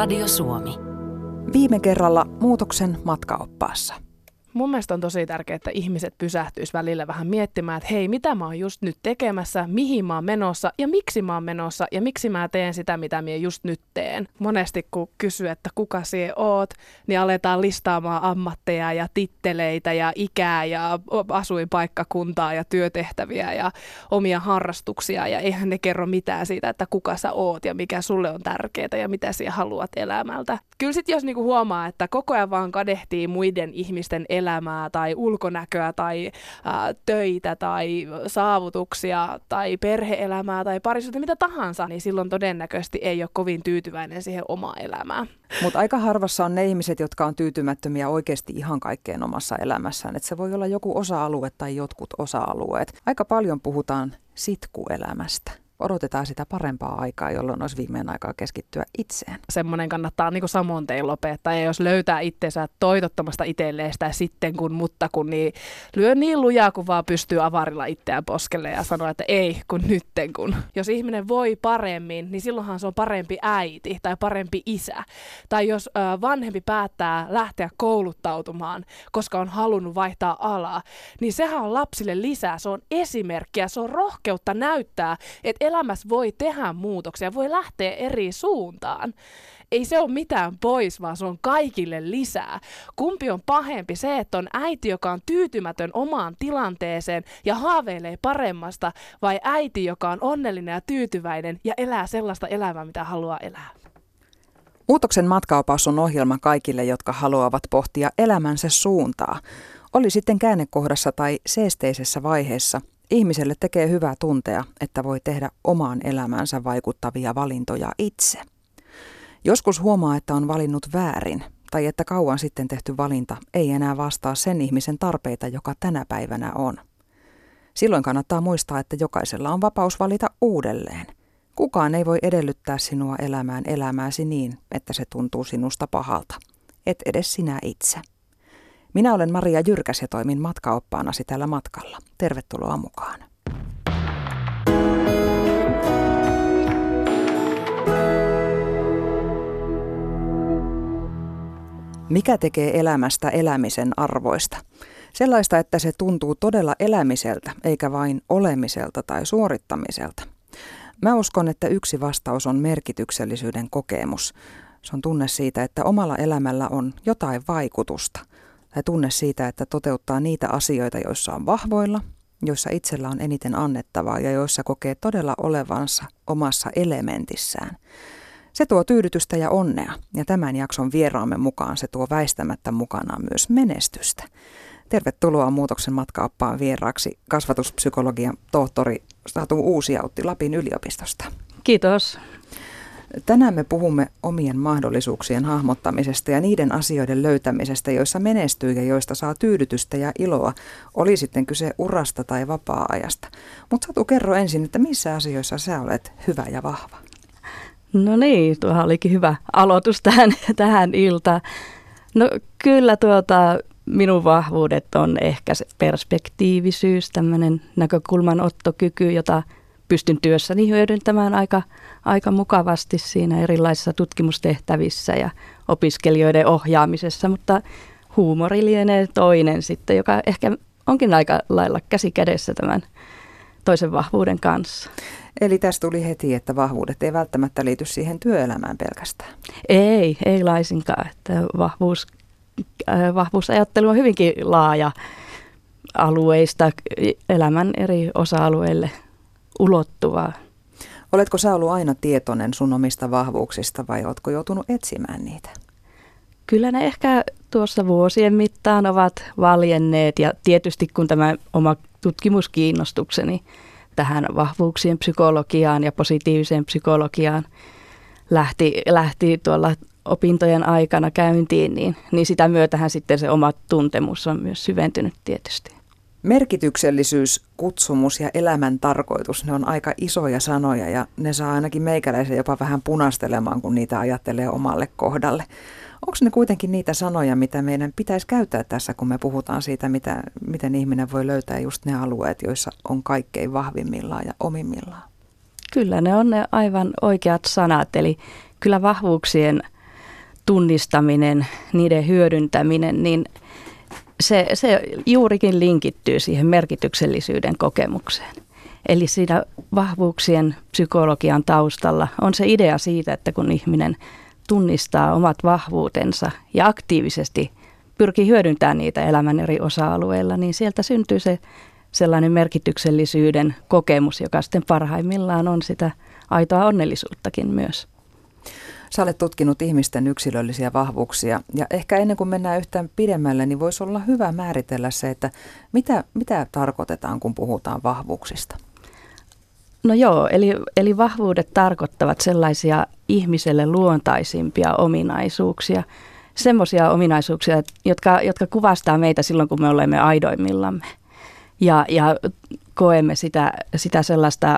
Radio Suomi. Viime kerralla muutoksen matkaoppaassa. Mun mielestä on tosi tärkeää, että ihmiset pysähtyis välillä vähän miettimään, että hei, mitä mä oon just nyt tekemässä, mihin mä oon menossa ja miksi mä oon menossa ja miksi mä teen sitä, mitä mä just nyt teen. Monesti kun kysyy, että kuka sie oot, niin aletaan listaamaan ammatteja ja titteleitä ja ikää ja asuinpaikkakuntaa ja työtehtäviä ja omia harrastuksia ja eihän ne kerro mitään siitä, että kuka sä oot ja mikä sulle on tärkeää ja mitä sä haluat elämältä. Kyllä sit jos niinku huomaa, että koko ajan vaan kadehtii muiden ihmisten elämää tai ulkonäköä tai töitä tai saavutuksia tai perhe-elämää tai parisuutta, mitä tahansa, niin silloin todennäköisesti ei ole kovin tyytyväinen siihen omaan elämään. Mutta aika harvassa on ne ihmiset, jotka on tyytymättömiä oikeasti ihan kaikkeen omassa elämässään. Et se voi olla joku osa-alue tai jotkut osa-alueet. Aika paljon puhutaan sitkuelämästä. Odotetaan sitä parempaa aikaa, jolloin olisi viimein aikaa keskittyä itseen. Semmoinen kannattaa niin kuin samoin tein lopettaa. Ja jos löytää itsensä toitottamasta itselleen sitä sitten kun, mutta kun, niin lyö niin lujaa, kun vaan pystyy avarilla itseään poskelle ja sanoa, että ei, kun nytten kun. Jos ihminen voi paremmin, niin silloinhan se on parempi äiti tai parempi isä. Tai jos vanhempi päättää lähteä kouluttautumaan, koska on halunnut vaihtaa alaa, niin sehän on lapsille lisää. Se on esimerkkiä, se on rohkeutta näyttää, että elämässä voi tehdä muutoksia, voi lähteä eri suuntaan. Ei se ole mitään pois, vaan se on kaikille lisää. Kumpi on pahempi, se, että on äiti, joka on tyytymätön omaan tilanteeseen ja haaveilee paremmasta, vai äiti, joka on onnellinen ja tyytyväinen ja elää sellaista elämää, mitä haluaa elää? Muutoksen matkaopas on ohjelma kaikille, jotka haluavat pohtia elämänsä suuntaa. Oli sitten käännekohdassa tai seesteisessä vaiheessa. Ihmiselle tekee hyvää tuntea, että voi tehdä omaan elämäänsä vaikuttavia valintoja itse. Joskus huomaa, että on valinnut väärin tai että kauan sitten tehty valinta ei enää vastaa sen ihmisen tarpeita, joka tänä päivänä on. Silloin kannattaa muistaa, että jokaisella on vapaus valita uudelleen. Kukaan ei voi edellyttää sinua elämään elämääsi niin, että se tuntuu sinusta pahalta. Et edes sinä itse. Minä olen Maria Jyrkäs ja toimin matkaoppaanasi tällä matkalla. Tervetuloa mukaan. Mikä tekee elämästä elämisen arvoista? Sellaista, että se tuntuu todella elämiseltä, eikä vain olemiselta tai suorittamiselta. Mä uskon, että yksi vastaus on merkityksellisyyden kokemus. Se on tunne siitä, että omalla elämällä on jotain vaikutusta. Tai tunne siitä, että toteuttaa niitä asioita, joissa on vahvoilla, joissa itsellä on eniten annettavaa ja joissa kokee todella olevansa omassa elementissään. Se tuo tyydytystä ja onnea, ja tämän jakson vieraamme mukaan se tuo väistämättä mukanaan myös menestystä. Tervetuloa Muutoksen matkaoppaan vieraaksi kasvatuspsykologian tohtori Satu Uusiautti Lapin yliopistosta. Kiitos. Tänään me puhumme omien mahdollisuuksien hahmottamisesta ja niiden asioiden löytämisestä, joissa menestyy ja joista saa tyydytystä ja iloa, oli sitten kyse urasta tai vapaa-ajasta. Mutta Satu, kerro ensin, että missä asioissa sä olet hyvä ja vahva? No niin, tuohan olikin hyvä aloitus tähän iltaan. No kyllä minun vahvuudet on ehkä se perspektiivisyys, tämmöinen näkökulmanottokyky, jota pystyn työssäni hyödyntämään aika mukavasti siinä erilaisissa tutkimustehtävissä ja opiskelijoiden ohjaamisessa, mutta huumori lienee toinen sitten, joka ehkä onkin aika lailla käsi kädessä tämän toisen vahvuuden kanssa. Eli tästä tuli heti, että vahvuudet ei välttämättä liity siihen työelämään pelkästään. Ei laisinkaan, että vahvuusajattelu on hyvinkin laaja alueista elämän eri osa-alueille ulottuvaa. Oletko sä ollut aina tietoinen sun omista vahvuuksista vai oletko joutunut etsimään niitä? Kyllä ne ehkä tuossa vuosien mittaan ovat valjenneet ja tietysti kun tämä oma tutkimuskiinnostukseni tähän vahvuuksien psykologiaan ja positiiviseen psykologiaan lähti tuolla opintojen aikana käyntiin, niin sitä myötähän sitten se oma tuntemus on myös syventynyt tietysti. Merkityksellisyys, kutsumus ja elämän tarkoitus, ne on aika isoja sanoja ja ne saa ainakin meikäläisen jopa vähän punastelemaan, kun niitä ajattelee omalle kohdalle. Onko ne kuitenkin niitä sanoja, mitä meidän pitäisi käyttää tässä, kun me puhutaan siitä, miten ihminen voi löytää just ne alueet, joissa on kaikkein vahvimmillaan ja omimmillaan? Kyllä ne on ne aivan oikeat sanat, eli kyllä vahvuuksien tunnistaminen, niiden hyödyntäminen, niin se juurikin linkittyy siihen merkityksellisyyden kokemukseen. Eli siinä vahvuuksien psykologian taustalla on se idea siitä, että kun ihminen tunnistaa omat vahvuutensa ja aktiivisesti pyrkii hyödyntämään niitä elämän eri osa-alueilla, niin sieltä syntyy se sellainen merkityksellisyyden kokemus, joka sitten parhaimmillaan on sitä aitoa onnellisuuttakin myös. Sä olet tutkinut ihmisten yksilöllisiä vahvuuksia ja ehkä ennen kuin mennään yhtään pidemmälle, niin voisi olla hyvä määritellä se, että mitä tarkoitetaan, kun puhutaan vahvuuksista. No joo, eli vahvuudet tarkoittavat sellaisia ihmiselle luontaisimpia ominaisuuksia, semmoisia ominaisuuksia, jotka kuvastaa meitä silloin, kun me olemme aidoimmillamme ja koemme sitä sellaista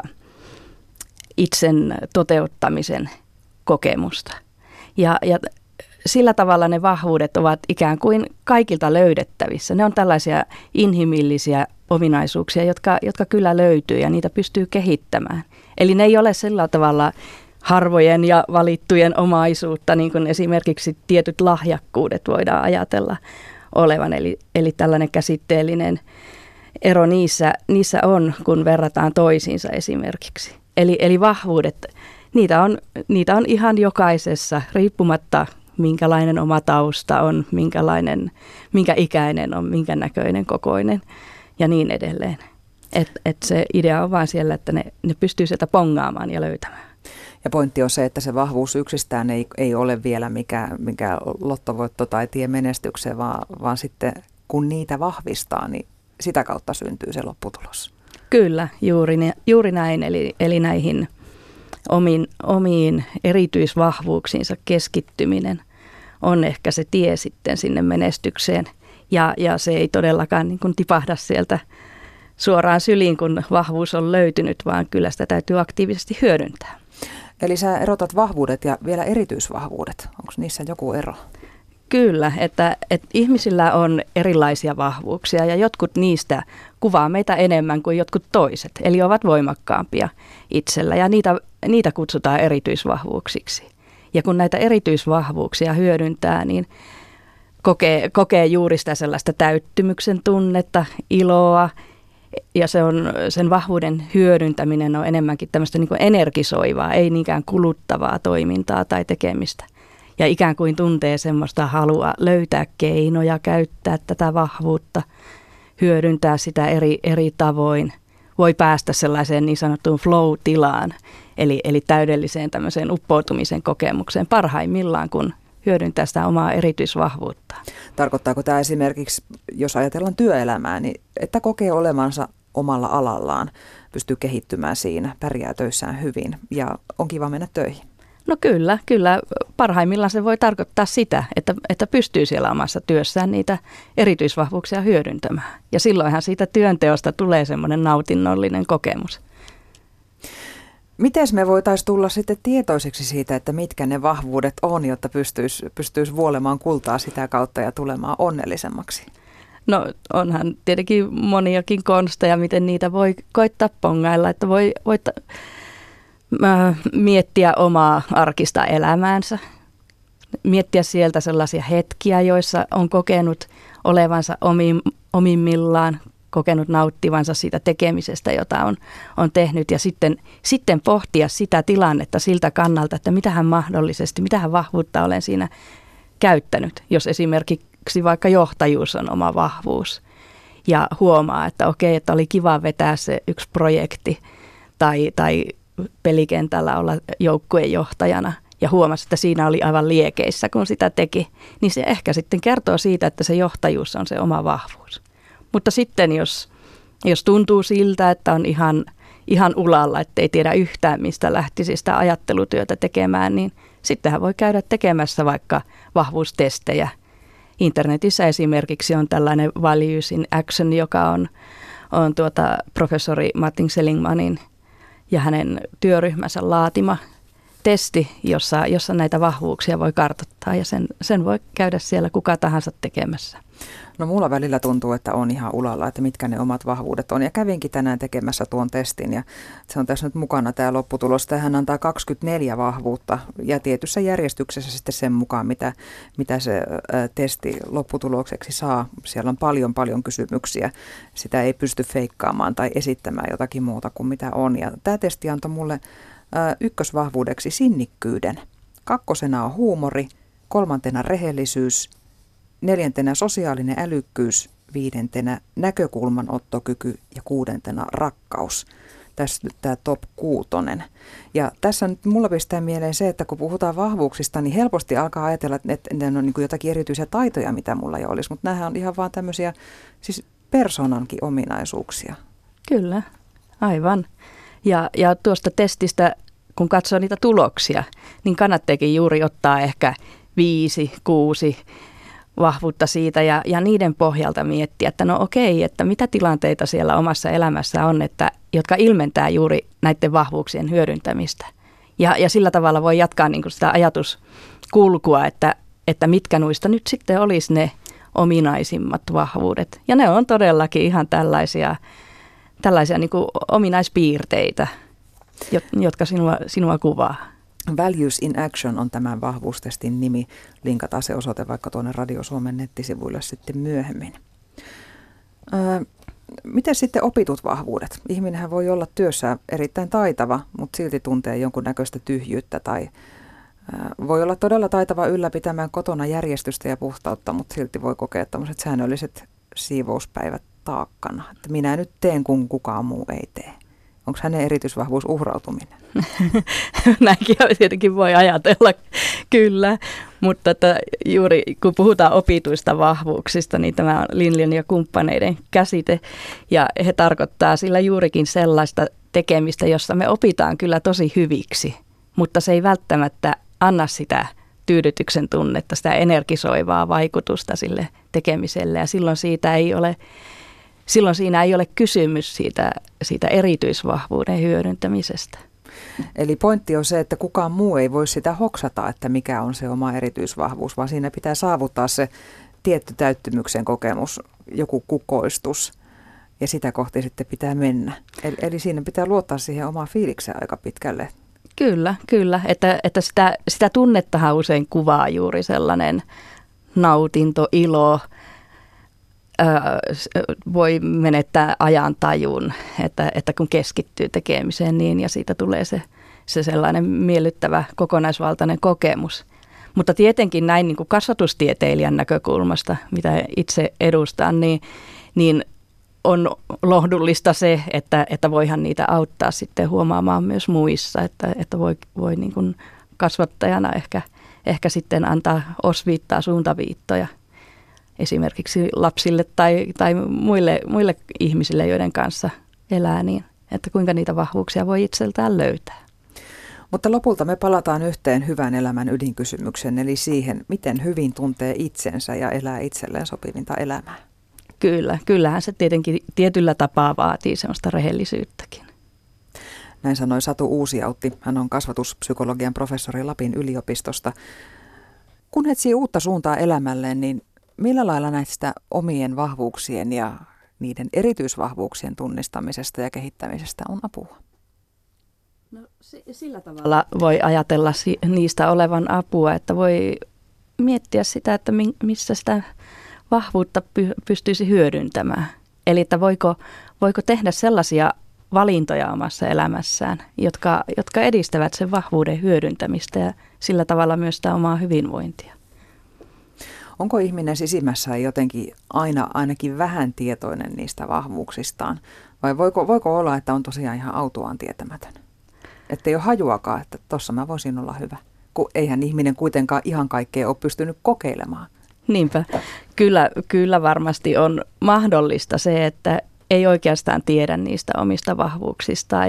itsen toteuttamisen kokemusta. Ja sillä tavalla ne vahvuudet ovat ikään kuin kaikilta löydettävissä. Ne on tällaisia inhimillisiä ominaisuuksia, jotka kyllä löytyy ja niitä pystyy kehittämään. Eli ne ei ole sillä tavalla harvojen ja valittujen omaisuutta, niin kuin esimerkiksi tietyt lahjakkuudet voidaan ajatella olevan. Eli tällainen käsitteellinen ero niissä on, kun verrataan toisiinsa esimerkiksi. Eli vahvuudet, niitä on ihan jokaisessa, riippumatta minkälainen oma tausta on, minkä ikäinen on, minkä näköinen, kokoinen ja niin edelleen. Et se idea on vain siellä, että ne pystyy sieltä pongaamaan ja löytämään. Ja pointti on se, että se vahvuus yksistään ei ole vielä mikä lottovoitto tai tie menestykseen, vaan sitten kun niitä vahvistaa, niin sitä kautta syntyy se lopputulos. Kyllä, juuri näin. Eli näihin omiin erityisvahvuuksiinsa keskittyminen on ehkä se tie sitten sinne menestykseen. Ja se ei todellakaan niin kuin tipahda sieltä suoraan syliin, kun vahvuus on löytynyt, vaan kyllä sitä täytyy aktiivisesti hyödyntää. Eli sä erotat vahvuudet ja vielä erityisvahvuudet. Onko niissä joku ero? Kyllä, että ihmisillä on erilaisia vahvuuksia ja jotkut niistä kuvaa meitä enemmän kuin jotkut toiset. Eli ovat voimakkaampia itsellä ja niitä kutsutaan erityisvahvuuksiksi. Ja kun näitä erityisvahvuuksia hyödyntää, niin kokee juuri sitä sellaista täyttymyksen tunnetta, iloa. Ja sen vahvuuden hyödyntäminen on enemmänkin tämmöistä niin kuin energisoivaa, ei niinkään kuluttavaa toimintaa tai tekemistä. Ja ikään kuin tuntee semmoista halua löytää keinoja, käyttää tätä vahvuutta, hyödyntää sitä eri tavoin. Voi päästä sellaiseen niin sanottuun flow-tilaan, eli täydelliseen tämmöiseen uppoutumisen kokemukseen parhaimmillaan, kun hyödyntää sitä omaa erityisvahvuutta. Tarkoittaako tämä esimerkiksi, jos ajatellaan työelämää, niin että kokee olevansa omalla alallaan, pystyy kehittymään siinä, pärjää töissään hyvin ja on kiva mennä töihin? No kyllä. Parhaimmillaan se voi tarkoittaa sitä, että pystyy siellä omassa työssään niitä erityisvahvuuksia hyödyntämään. Ja silloinhan siitä työnteosta tulee semmoinen nautinnollinen kokemus. Miten me voitaisiin tulla sitten tietoiseksi siitä, että mitkä ne vahvuudet on, jotta pystyisi vuolemaan kultaa sitä kautta ja tulemaan onnellisemmaksi? No onhan tietenkin moniakin konsteja, miten niitä voi koittaa pongailla, että voi miettiä omaa arkista elämäänsä, miettiä sieltä sellaisia hetkiä, joissa on kokenut olevansa omimmillaan, kokenut nauttivansa siitä tekemisestä, jota on tehnyt ja sitten pohtia sitä tilannetta siltä kannalta, että mitähän vahvuutta olen siinä käyttänyt, jos esimerkiksi vaikka johtajuus on oma vahvuus ja huomaa, että okei, että oli kiva vetää se yksi projekti tai pelikentällä olla joukkueen johtajana ja huomasi, että siinä oli aivan liekeissä, kun sitä teki, niin se ehkä sitten kertoo siitä, että se johtajuus on se oma vahvuus. Mutta sitten jos tuntuu siltä, että on ihan ulalla, ettei tiedä yhtään, mistä lähtisi sitä ajattelutyötä tekemään, niin sittenhän voi käydä tekemässä vaikka vahvuustestejä. Internetissä esimerkiksi on tällainen Values in Action, joka on professori Martin Seligmanin ja hänen työryhmänsä laatima testi, jossa näitä vahvuuksia voi kartoittaa ja sen voi käydä siellä kuka tahansa tekemässä. No mulla välillä tuntuu, että on ihan ulalla, että mitkä ne omat vahvuudet on. Ja kävinkin tänään tekemässä tuon testin ja se on tässä nyt mukana tämä lopputulos. Tähän antaa 24 vahvuutta ja tietyssä järjestyksessä sitten sen mukaan, mitä se testi lopputulokseksi saa. Siellä on paljon kysymyksiä. Sitä ei pysty feikkaamaan tai esittämään jotakin muuta kuin mitä on. Ja tämä testi antoi mulle ykkösvahvuudeksi sinnikkyyden. 2. on huumori, 3. rehellisyys, 4. sosiaalinen älykkyys, 5. näkökulmanottokyky ja 6. rakkaus. Tässä nyt tämä top 6. Ja tässä nyt mulla pistää mieleen se, että kun puhutaan vahvuuksista, niin helposti alkaa ajatella, että ne on niin kuin jotakin erityisiä taitoja, mitä mulla jo olisi. Mutta nämähän on ihan vaan tämmöisiä siis persoonankin ominaisuuksia. Kyllä, aivan. Ja tuosta testistä, kun katsoo niitä tuloksia, niin kannattaakin juuri ottaa ehkä 5, 6 vahvuutta siitä ja niiden pohjalta miettiä, että no okei, että mitä tilanteita siellä omassa elämässä on, jotka ilmentää juuri näiden vahvuuksien hyödyntämistä. Ja sillä tavalla voi jatkaa niin kuin sitä ajatuskulkua, että mitkä noista nyt sitten olisi ne ominaisimmat vahvuudet. Ja ne on todellakin ihan tällaisia niin kuin ominaispiirteitä, jotka sinua kuvaa. Values in Action on tämän vahvuustestin nimi. Linkataan se osoite vaikka tuonne Radio Suomen nettisivuille sitten myöhemmin. Miten sitten opitut vahvuudet? Ihminenhän voi olla työssä erittäin taitava, mutta silti tuntee jonkunnäköistä tyhjyyttä tai voi olla todella taitava ylläpitämään kotona järjestystä ja puhtautta, mutta silti voi kokea tämmöiset säännölliset siivouspäivät taakkana. Että minä nyt teen, kun kukaan muu ei tee. Onko hänen erityisvahvuus uhrautuminen? Näinkin tietenkin voi ajatella, kyllä. Mutta että juuri kun puhutaan opituista vahvuuksista, niin tämä on Linlin ja kumppaneiden käsite. Ja he tarkoittaa sillä juurikin sellaista tekemistä, jossa me opitaan kyllä tosi hyviksi, mutta se ei välttämättä anna sitä tyydytyksen tunnetta, sitä energisoivaa vaikutusta sille tekemiselle. Ja silloin siinä ei ole kysymys siitä erityisvahvuuden hyödyntämisestä. Eli pointti on se, että kukaan muu ei voi sitä hoksata, että mikä on se oma erityisvahvuus, vaan siinä pitää saavuttaa se tietty täyttymyksen kokemus, joku kukoistus, ja sitä kohti sitten pitää mennä. Eli siinä pitää luottaa siihen omaan fiilikseen aika pitkälle. Kyllä. Että sitä tunnettahan usein kuvaa juuri sellainen nautinto, ilo, voi menettää ajantajun, että kun keskittyy tekemiseen niin ja siitä tulee se sellainen miellyttävä kokonaisvaltainen kokemus. Mutta tietenkin näin niin kuin kasvatustieteilijän näkökulmasta, mitä itse edustan, niin on lohdullista se, että voihan niitä auttaa sitten huomaamaan myös muissa, että voi niin kuin kasvattajana ehkä sitten antaa osviittaa, suuntaviittoja esimerkiksi lapsille tai muille ihmisille, joiden kanssa elää, niin että kuinka niitä vahvuuksia voi itseltään löytää. Mutta lopulta me palataan yhteen hyvän elämän ydinkysymykseen, eli siihen, miten hyvin tuntee itsensä ja elää itselleen sopivinta elämää. Kyllähän se tietenkin tietyllä tapaa vaatii semmoista rehellisyyttäkin. Näin sanoi Satu Uusiautti. Hän on kasvatuspsykologian professori Lapin yliopistosta. Kun etsii uutta suuntaa elämälleen, niin millä lailla näistä omien vahvuuksien ja niiden erityisvahvuuksien tunnistamisesta ja kehittämisestä on apua? No, sillä tavalla voi ajatella niistä olevan apua, että voi miettiä sitä, että missä sitä vahvuutta pystyisi hyödyntämään. Eli että voiko tehdä sellaisia valintoja omassa elämässään, jotka edistävät sen vahvuuden hyödyntämistä ja sillä tavalla myös sitä omaa hyvinvointia. Onko ihminen sisimmässään jotenkin ainakin vähän tietoinen niistä vahvuuksistaan? Vai voiko olla, että on tosiaan ihan autuaan tietämätön? Että ei ole hajuakaan, että tossa mä voisin olla hyvä. Kun eihän ihminen kuitenkaan ihan kaikkea ole pystynyt kokeilemaan. Niinpä. Kyllä varmasti on mahdollista se, että ei oikeastaan tiedä niistä omista vahvuuksistaan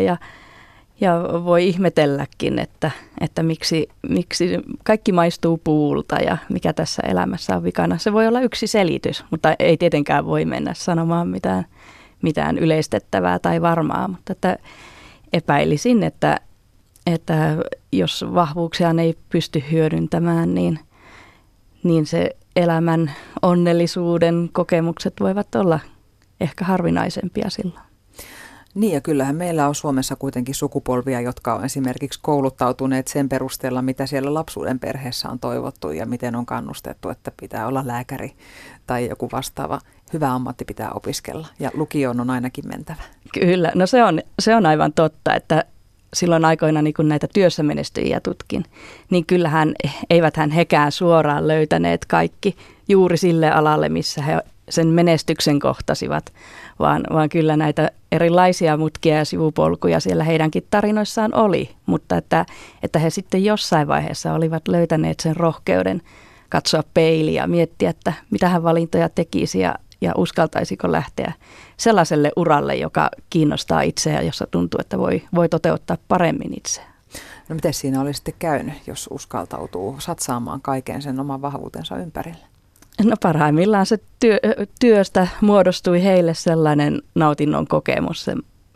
ja voi ihmetelläkin, että miksi kaikki maistuu puulta ja mikä tässä elämässä on vikana. Se voi olla yksi selitys, mutta ei tietenkään voi mennä sanomaan mitään yleistettävää tai varmaa, mutta että epäilisin, että että jos vahvuuksia ei pysty hyödyntämään, niin se elämän onnellisuuden kokemukset voivat olla ehkä harvinaisempia silloin. Niin ja kyllähän meillä on Suomessa kuitenkin sukupolvia, jotka on esimerkiksi kouluttautuneet sen perusteella, mitä siellä lapsuuden perheessä on toivottu ja miten on kannustettu, että pitää olla lääkäri tai joku vastaava hyvä ammatti pitää opiskella ja lukioon on ainakin mentävä. Kyllä, no se on aivan totta, että silloin aikoina niin kun näitä työssä menestyjiä tutkin, niin kyllähän eiväthän hekään suoraan löytäneet kaikki juuri sille alalle, missä he sen menestyksen kohtasivat, vaan kyllä näitä erilaisia mutkia ja sivupolkuja siellä heidänkin tarinoissaan oli, mutta että he sitten jossain vaiheessa olivat löytäneet sen rohkeuden katsoa peiliä ja miettiä, että mitähän valintoja tekisi ja uskaltaisiko lähteä sellaiselle uralle, joka kiinnostaa itseä, jossa tuntuu, että voi toteuttaa paremmin itseään. No miten siinä olisi sitten käynyt, jos uskaltautuu satsaamaan kaiken sen oman vahvuutensa ympärille? No parhaimmillaan se työstä muodostui heille sellainen nautinnon kokemus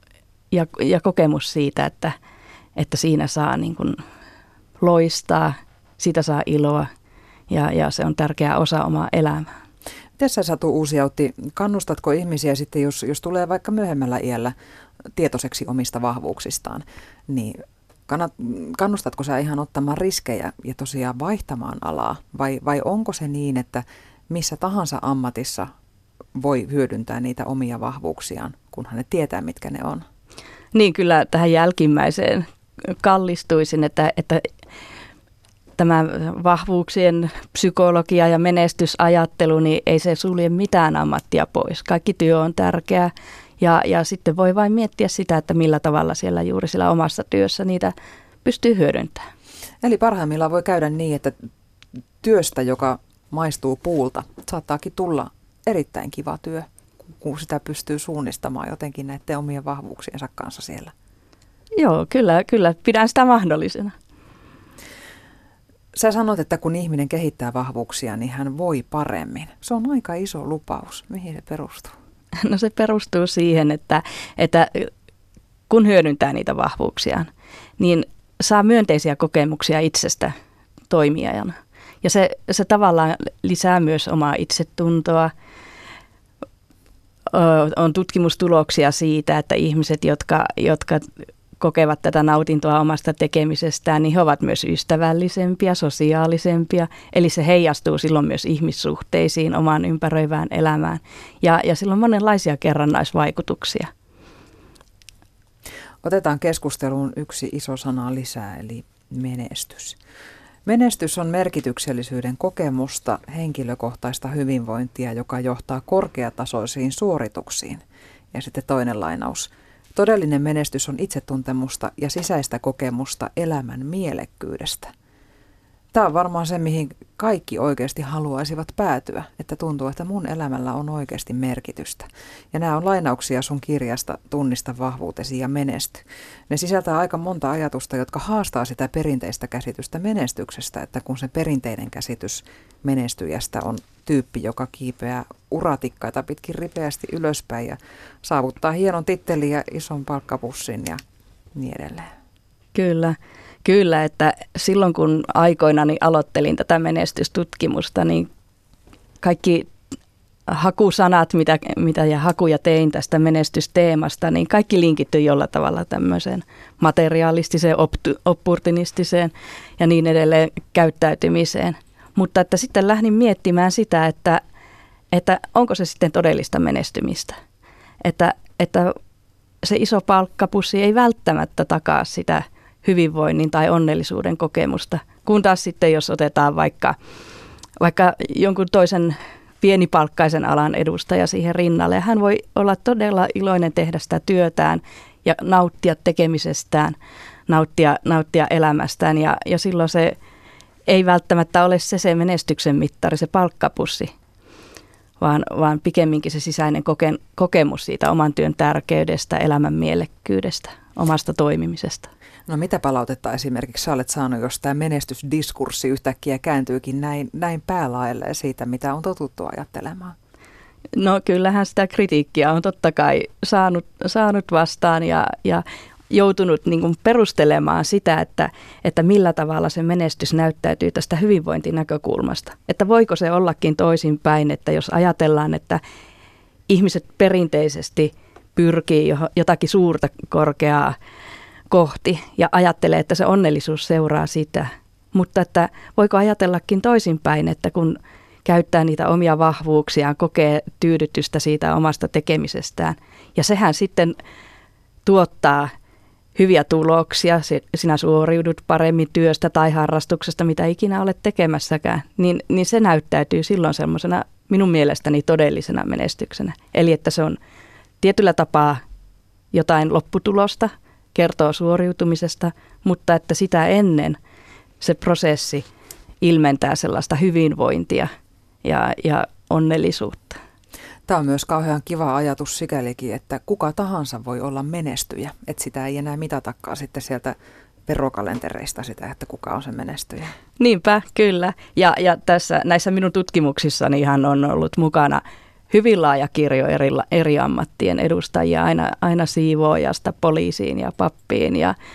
ja kokemus siitä, että siinä saa niin kuin loistaa, siitä saa iloa ja se on tärkeä osa omaa elämää. Miten sä, Satu Uusiautti, kannustatko ihmisiä sitten, jos tulee vaikka myöhemmällä iällä tietoiseksi omista vahvuuksistaan, niin kannustatko sä ihan ottamaan riskejä ja tosiaan vaihtamaan alaa vai onko se niin, että missä tahansa ammatissa voi hyödyntää niitä omia vahvuuksiaan, kunhan ne tietää, mitkä ne on? Niin kyllä tähän jälkimmäiseen kallistuisin, että tämä vahvuuksien psykologia ja menestysajattelu, niin ei se sulje mitään ammattia pois. Kaikki työ on tärkeää ja sitten voi vain miettiä sitä, että millä tavalla siellä juuri sillä omassa työssä niitä pystyy hyödyntämään. Eli parhaimmillaan voi käydä niin, että työstä, joka maistuu puulta, saattaakin tulla erittäin kiva työ, kun sitä pystyy suunnistamaan jotenkin näiden omien vahvuuksiensa kanssa siellä. Joo, kyllä pidän sitä mahdollisena. Sä sanot, että kun ihminen kehittää vahvuuksia, niin hän voi paremmin. Se on aika iso lupaus. Mihin se perustuu? No se perustuu siihen, että kun hyödyntää niitä vahvuuksiaan, niin saa myönteisiä kokemuksia itsestä toimijana. Ja se tavallaan lisää myös omaa itsetuntoa. On tutkimustuloksia siitä, että ihmiset, jotka kokevat tätä nautintoa omasta tekemisestään, niin he ovat myös ystävällisempiä, sosiaalisempia. Eli se heijastuu silloin myös ihmissuhteisiin, omaan ympäröivään elämään. Ja sillä on monenlaisia kerrannaisvaikutuksia. Otetaan keskusteluun yksi iso sana lisää, eli menestys. Menestys on merkityksellisyyden kokemusta, henkilökohtaista hyvinvointia, joka johtaa korkeatasoisiin suorituksiin. Ja sitten toinen lainaus. Todellinen menestys on itsetuntemusta ja sisäistä kokemusta elämän mielekkyydestä. Tämä on varmaan se, mihin kaikki oikeasti haluaisivat päätyä, että tuntuu, että mun elämällä on oikeasti merkitystä. Ja nämä on lainauksia sun kirjasta Tunnista vahvuutesi ja menesty. Ne sisältää aika monta ajatusta, jotka haastaa sitä perinteistä käsitystä menestyksestä, että kun se perinteinen käsitys menestyjästä on tyyppi, joka kiipeää uratikkaita pitkin ripeästi ylöspäin ja saavuttaa hienon tittelin ja ison palkkapussin ja niin edelleen. Kyllä, että silloin kun aikoinani aloittelin tätä menestystutkimusta, niin kaikki hakusanat, mitä ja hakuja tein tästä menestysteemasta, niin kaikki linkittyi jollain tavalla tämmöiseen materialistiseen, opportunistiseen ja niin edelleen käyttäytymiseen. Mutta että sitten lähdin miettimään sitä, että onko se sitten todellista menestymistä. Että se iso palkkapussi ei välttämättä takaa sitä hyvinvoinnin tai onnellisuuden kokemusta, kun taas sitten jos otetaan vaikka jonkun toisen pienipalkkaisen alan edustaja siihen rinnalle, ja hän voi olla todella iloinen tehdä sitä työtään ja nauttia tekemisestään, nauttia elämästään, ja silloin se ei välttämättä ole se menestyksen mittari, se palkkapussi, vaan pikemminkin se sisäinen kokemus siitä oman työn tärkeydestä, elämän mielekkyydestä, omasta toimimisesta. No mitä palautetta esimerkiksi sä olet saanut, jos tämä menestysdiskurssi yhtäkkiä kääntyykin näin päälaelleen siitä, mitä on totuttu ajattelemaan? No kyllähän sitä kritiikkiä on totta kai saanut vastaan ja joutunut niin kuin perustelemaan sitä, että millä tavalla se menestys näyttäytyy tästä hyvinvointinäkökulmasta. Että voiko se ollakin toisinpäin, että jos ajatellaan, että ihmiset perinteisesti pyrkii jotakin suurta korkeaa kohti ja ajattelee, että se onnellisuus seuraa sitä. Mutta että voiko ajatellakin toisinpäin, että kun käyttää niitä omia vahvuuksiaan, kokee tyydytystä siitä omasta tekemisestään ja sehän sitten tuottaa hyviä tuloksia, sinä suoriudut paremmin työstä tai harrastuksesta, mitä ikinä olet tekemässäkään, niin se näyttäytyy silloin semmoisena minun mielestäni todellisena menestyksenä. Eli että se on tietyllä tapaa jotain lopputulosta, kertoo suoriutumisesta, mutta että sitä ennen se prosessi ilmentää sellaista hyvinvointia ja onnellisuutta. Tämä on myös kauhean kiva ajatus sikälikin, että kuka tahansa voi olla menestyjä, että sitä ei enää mitatakaan sitten sieltä verokalentereista sitä, että kuka on se menestyjä. Niinpä, kyllä. Ja näissä minun tutkimuksissani ihan on ollut mukana hyvin laaja kirjo eri ammattien edustajia, aina siivoojasta poliisiin ja pappiin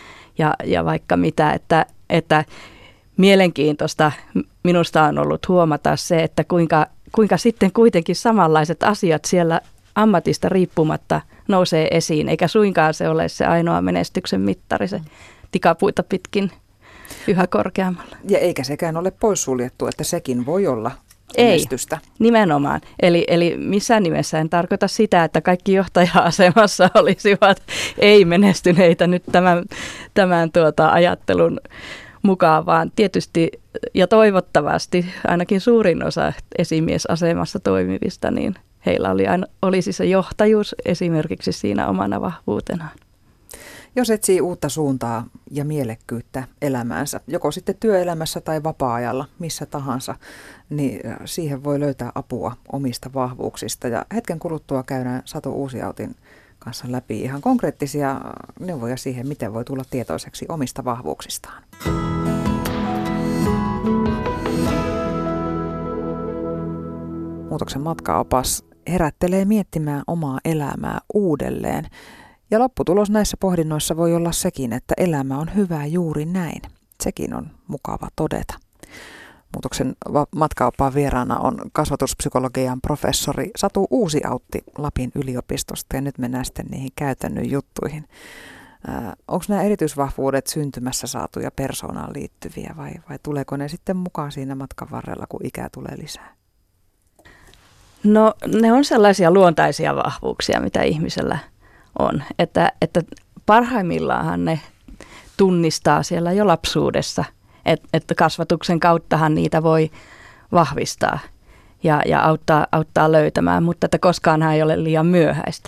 ja vaikka mitä, että mielenkiintoista minusta on ollut huomata se, että kuinka sitten kuitenkin samanlaiset asiat siellä ammatista riippumatta nousee esiin, eikä suinkaan se ole se ainoa menestyksen mittari, se tikapuita pitkin yhä korkeammalla. Ja eikä sekään ole poissuljettu, että sekin voi olla menestystä. Ei, nimenomaan. Eli missään nimessä en tarkoita sitä, että kaikki johtaja-asemassa olisivat ei-menestyneitä nyt tämän ajattelun mukaan, vaan tietysti ja toivottavasti ainakin suurin osa esimiesasemassa toimivista, niin heillä olisi se johtajuus esimerkiksi siinä omana vahvuutenaan. Jos etsii uutta suuntaa ja mielekkyyttä elämäänsä, joko sitten työelämässä tai vapaa-ajalla, missä tahansa, niin siihen voi löytää apua omista vahvuuksista. Ja hetken kuluttua käydään Satu Uusiautin kanssa läpi ihan konkreettisia neuvoja siihen, miten voi tulla tietoiseksi omista vahvuuksistaan. Muutoksen matkaopas herättelee miettimään omaa elämää uudelleen. Ja lopputulos näissä pohdinnoissa voi olla sekin, että elämä on hyvä juuri näin. Sekin on mukava todeta. Muutoksen matkaoppaan vieraana on kasvatuspsykologian professori Satu Uusiautti Lapin yliopistosta ja nyt mennään sitten niihin käytännön juttuihin. Onko nämä erityisvahvuudet syntymässä saatuja persoonaan liittyviä vai tuleeko ne sitten mukaan siinä matkan varrella, kun ikää tulee lisää? No ne on sellaisia luontaisia vahvuuksia, mitä ihmisellä on, että parhaimmillaan ne tunnistaa siellä jo lapsuudessa, että kasvatuksen kauttahan niitä voi vahvistaa ja auttaa löytämään, mutta että koskaanhan ei ole liian myöhäistä.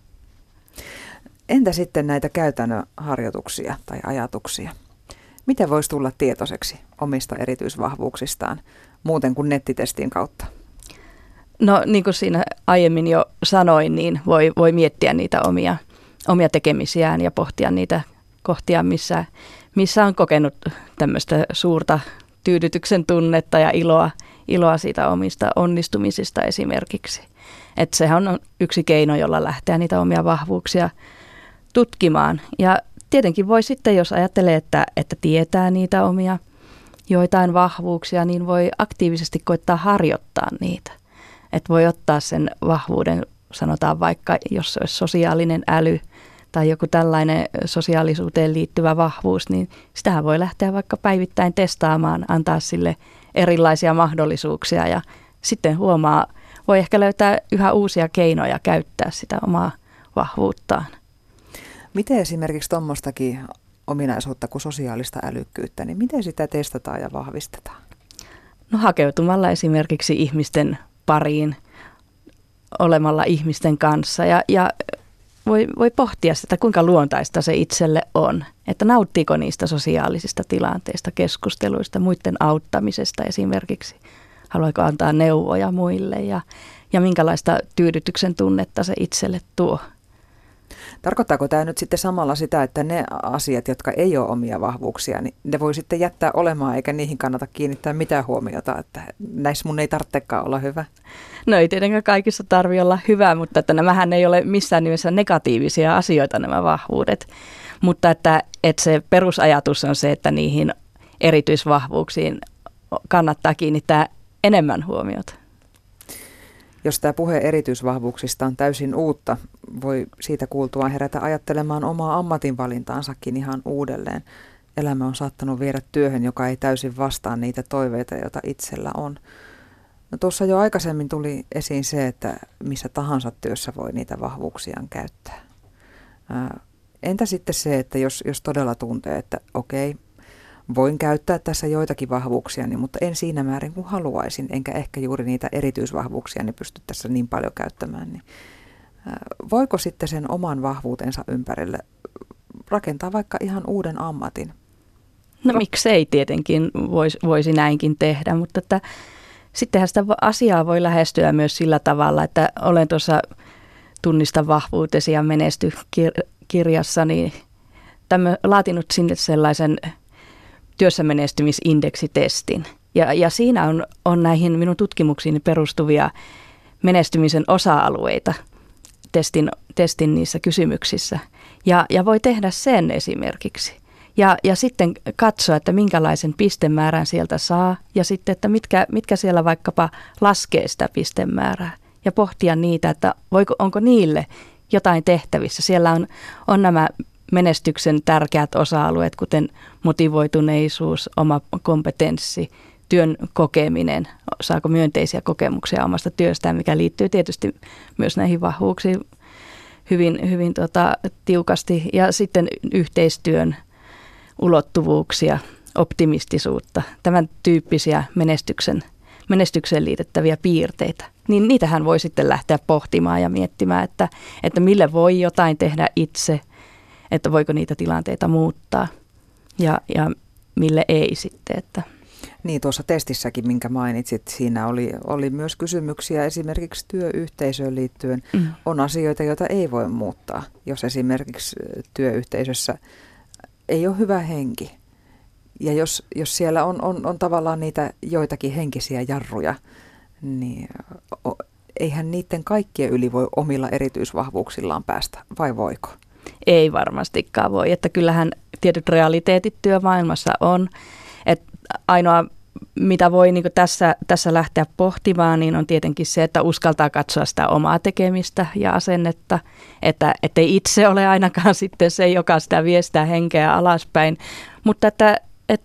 Entä sitten näitä käytännön harjoituksia tai ajatuksia? Miten voisi tulla tietoiseksi omista erityisvahvuuksistaan muuten kuin nettitestin kautta? No niin kuin siinä aiemmin jo sanoin, niin voi miettiä niitä omia tekemisiään ja pohtia niitä kohtia, missä on kokenut tämmöistä suurta tyydytyksen tunnetta ja iloa siitä omista onnistumisista esimerkiksi. Että sehän on yksi keino, jolla lähteä niitä omia vahvuuksia tutkimaan. Ja tietenkin voi sitten, jos ajattelee, että tietää niitä omia joitain vahvuuksia, niin voi aktiivisesti koittaa harjoittaa niitä. Että voi ottaa sen vahvuuden, sanotaan vaikka, jos se olisi sosiaalinen äly tai joku tällainen sosiaalisuuteen liittyvä vahvuus, niin sitähän voi lähteä vaikka päivittäin testaamaan, antaa sille erilaisia mahdollisuuksia ja sitten voi ehkä löytää yhä uusia keinoja käyttää sitä omaa vahvuuttaan. Miten esimerkiksi tuommoistakin ominaisuutta kuin sosiaalista älykkyyttä, niin miten sitä testataan ja vahvistetaan? No hakeutumalla esimerkiksi ihmisten pariin, olemalla ihmisten kanssa ja voi pohtia sitä, kuinka luontaista se itselle on, että nauttiiko niistä sosiaalisista tilanteista, keskusteluista, muiden auttamisesta esimerkiksi, haluaako antaa neuvoja muille ja minkälaista tyydytyksen tunnetta se itselle tuo. Tarkoittaako tämä nyt sitten samalla sitä, että ne asiat, jotka ei ole omia vahvuuksia, niin ne voi sitten jättää olemaan eikä niihin kannata kiinnittää mitään huomiota, että näissä mun ei tarvitsekaan olla hyvä? No ei tietenkään kaikissa tarvitse olla hyvä, mutta että nämähän ei ole missään nimessä negatiivisia asioita nämä vahvuudet. Mutta että se perusajatus on se, että niihin erityisvahvuuksiin kannattaa kiinnittää enemmän huomiota. Jos tämä puhe erityisvahvuuksista on täysin uutta, voi siitä kuultua herätä ajattelemaan omaa ammatinvalintaansakin ihan uudelleen. Elämä on saattanut viedä työhön, joka ei täysin vastaa niitä toiveita, joita itsellä on. No tuossa jo aikaisemmin tuli esiin se, että missä tahansa työssä voi niitä vahvuuksiaan käyttää. Entä sitten se, että jos todella tuntee, että okei, voin käyttää tässä joitakin vahvuuksiani, mutta en siinä määrin kuin haluaisin, enkä ehkä juuri niitä erityisvahvuuksia niin pysty tässä niin paljon käyttämään, niin voiko sitten sen oman vahvuutensa ympärille rakentaa vaikka ihan uuden ammatin? No miksei tietenkin voisi näinkin tehdä, mutta että sittenhän sitä asiaa voi lähestyä myös sillä tavalla, että olen tuossa Tunnista vahvuutesi ja menesty kirjassani laatinut sinne sellaisen työssä menestymisindeksitestin. Ja siinä on näihin minun tutkimuksiini perustuvia menestymisen osa-alueita testin niissä kysymyksissä. Ja voi tehdä sen esimerkiksi. Ja sitten katsoa, että minkälaisen pistemäärän sieltä saa ja sitten, että mitkä siellä vaikkapa laskee sitä pistemäärää. Ja pohtia niitä, että onko niille jotain tehtävissä. Siellä on nämä menestyksen tärkeät osa-alueet, kuten motivoituneisuus, oma kompetenssi, työn kokeminen, saako myönteisiä kokemuksia omasta työstään, mikä liittyy tietysti myös näihin vahvuuksiin hyvin tiukasti. Ja sitten yhteistyön ulottuvuuksia, optimistisuutta, tämän tyyppisiä menestykseen liitettäviä piirteitä. Niin niitähän voi sitten lähteä pohtimaan ja miettimään, että mille voi jotain tehdä itse, että voiko niitä tilanteita muuttaa ja mille ei sitten. Että. Niin tuossa testissäkin, minkä mainitsit, siinä oli myös kysymyksiä esimerkiksi työyhteisöön liittyen. On asioita, joita ei voi muuttaa, jos esimerkiksi työyhteisössä ei ole hyvä henki. Ja jos siellä on tavallaan niitä joitakin henkisiä jarruja, niin eihän niiden kaikkien yli voi omilla erityisvahvuuksillaan päästä, vai voiko? Ei varmastikaan voi, että kyllähän tietyt realiteetit työmaailmassa on, että ainoa mitä voi niin kuin tässä lähteä pohtimaan, niin on tietenkin se, että uskaltaa katsoa sitä omaa tekemistä ja asennetta, että ei itse ole ainakaan sitten se, joka sitä viestää henkeä alaspäin, mutta että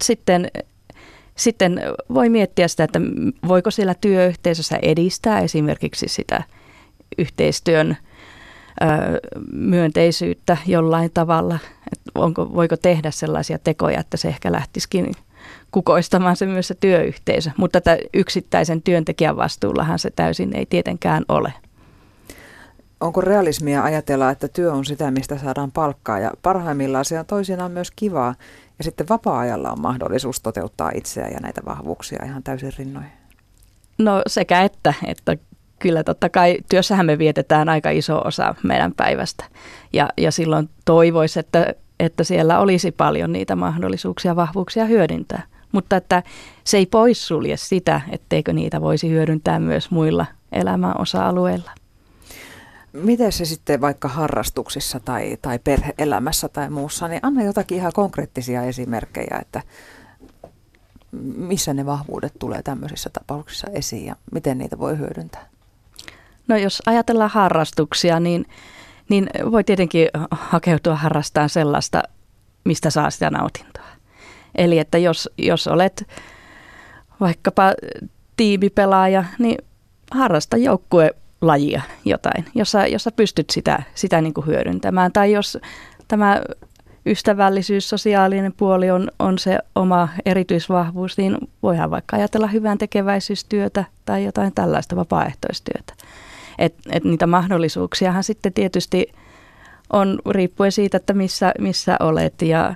sitten voi miettiä sitä, että voiko siellä työyhteisössä edistää esimerkiksi sitä yhteistyön myönteisyyttä jollain tavalla, että voiko tehdä sellaisia tekoja, että se ehkä lähtisikin kukoistamaan se myös se työyhteisö, mutta tätä yksittäisen työntekijän vastuullahan se täysin ei tietenkään ole. Onko realismia ajatella, että työ on sitä, mistä saadaan palkkaa ja parhaimmillaan se on toisinaan myös kivaa ja sitten vapaa-ajalla on mahdollisuus toteuttaa itseään ja näitä vahvuuksia ihan täysin rinnoin? No sekä että kyllä totta kai työssähän me vietetään aika iso osa meidän päivästä ja silloin toivoisi, että siellä olisi paljon niitä mahdollisuuksia, vahvuuksia hyödyntää. Mutta että se ei poissulje sitä, etteikö niitä voisi hyödyntää myös muilla elämän osa-alueilla. Miten se sitten vaikka harrastuksissa tai perhe-elämässä tai muussa, niin anna jotakin ihan konkreettisia esimerkkejä, että missä ne vahvuudet tulee tämmöisissä tapauksissa esiin ja miten niitä voi hyödyntää? No jos ajatellaan harrastuksia, niin voi tietenkin hakeutua harrastamaan sellaista, mistä saa sitä nautintoa. Eli että jos olet vaikkapa tiimipelaaja, niin harrasta joukkuelajia jotain, jossa pystyt sitä niin kuin hyödyntämään. Tai jos tämä ystävällisyys, sosiaalinen puoli on se oma erityisvahvuus, niin voihan vaikka ajatella hyvän tekeväisyystyötä tai jotain tällaista vapaaehtoistyötä. Et niitä mahdollisuuksiahan sitten tietysti on riippuen siitä, että missä olet ja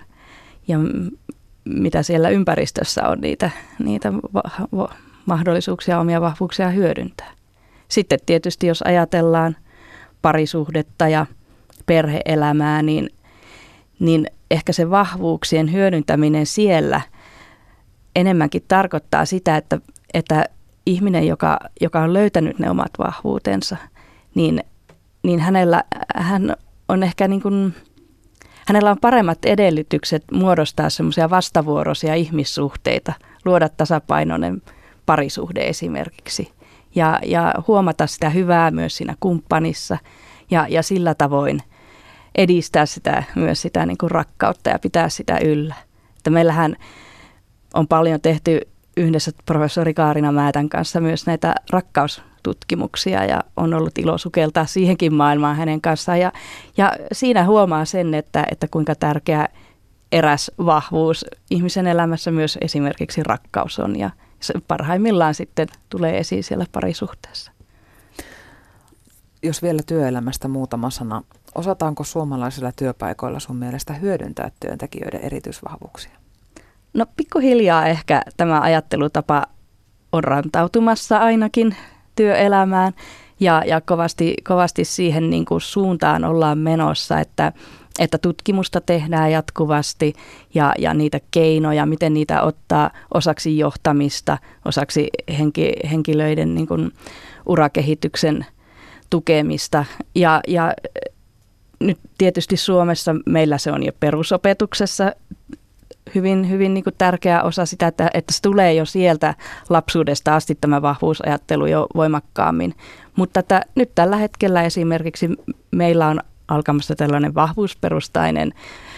mitä siellä ympäristössä on niitä mahdollisuuksia, omia vahvuuksia hyödyntää. Sitten tietysti jos ajatellaan parisuhdetta ja perhe-elämää, niin ehkä se vahvuuksien hyödyntäminen siellä enemmänkin tarkoittaa sitä, että ihminen, joka on löytänyt ne omat vahvuutensa, niin hän on ehkä niin kuin, hänellä on paremmat edellytykset muodostaa semmoisia vastavuoroisia ihmissuhteita, luoda tasapainoinen parisuhde esimerkiksi ja huomata sitä hyvää myös siinä kumppanissa ja sillä tavoin edistää myös sitä niin kuin rakkautta ja pitää sitä yllä. Että meillähän on paljon tehty yhdessä professori Kaarina Määtän kanssa myös näitä rakkaustutkimuksia ja on ollut ilo sukeltaa siihenkin maailmaan hänen kanssaan. Ja siinä huomaa sen, että kuinka tärkeä eräs vahvuus ihmisen elämässä myös esimerkiksi rakkaus on ja se parhaimmillaan sitten tulee esiin siellä parisuhteessa. Jos vielä työelämästä muutama sana. Osataanko suomalaisilla työpaikoilla sun mielestä hyödyntää työntekijöiden erityisvahvuuksia? No pikkuhiljaa ehkä tämä ajattelutapa on rantautumassa ainakin työelämään ja kovasti siihen niin kuin suuntaan ollaan menossa, että tutkimusta tehdään jatkuvasti ja niitä keinoja, miten niitä ottaa osaksi johtamista, osaksi henkilöiden niin kuin urakehityksen tukemista ja nyt tietysti Suomessa meillä se on jo perusopetuksessa hyvin niin kuin tärkeä osa sitä, että se tulee jo sieltä lapsuudesta asti tämä vahvuusajattelu jo voimakkaammin. Mutta nyt tällä hetkellä esimerkiksi meillä on alkamassa tällainen vahvuusperustainen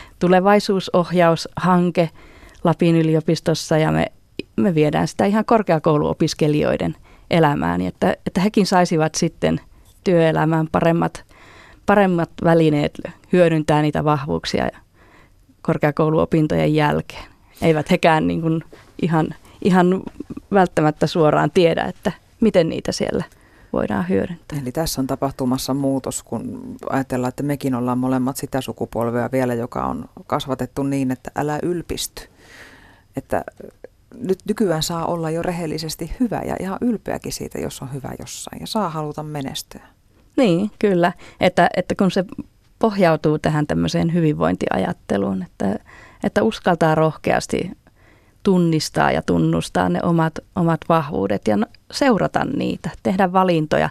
tulevaisuusohjaushanke Lapin yliopistossa ja me viedään sitä ihan korkeakouluopiskelijoiden elämään, että hekin saisivat sitten työelämään paremmat välineet hyödyntää niitä vahvuuksia korkeakouluopintojen jälkeen. Eivät hekään niin kuin ihan välttämättä suoraan tiedä, että miten niitä siellä voidaan hyödyntää. Eli tässä on tapahtumassa muutos, kun ajatellaan, että mekin ollaan molemmat sitä sukupolvea vielä, joka on kasvatettu niin, että älä ylpisty. Että nyt nykyään saa olla jo rehellisesti hyvä ja ihan ylpeäkin siitä, jos on hyvä jossain ja saa haluta menestyä. Niin, kyllä. Että kun se pohjautuu tähän tämmöiseen hyvinvointiajatteluun, että uskaltaa rohkeasti tunnistaa ja tunnustaa ne omat vahvuudet ja seurata niitä, tehdä valintoja.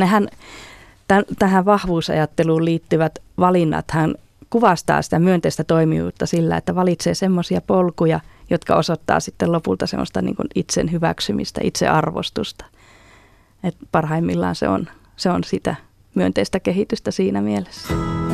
Tähän vahvuusajatteluun liittyvät valinnathan kuvastaa sitä myönteistä toimijuutta sillä, että valitsee semmoisia polkuja, jotka osoittaa sitten lopulta semmoista niin kuin itsen hyväksymistä, itsearvostusta. Et parhaimmillaan se on sitä myönteistä kehitystä siinä mielessä.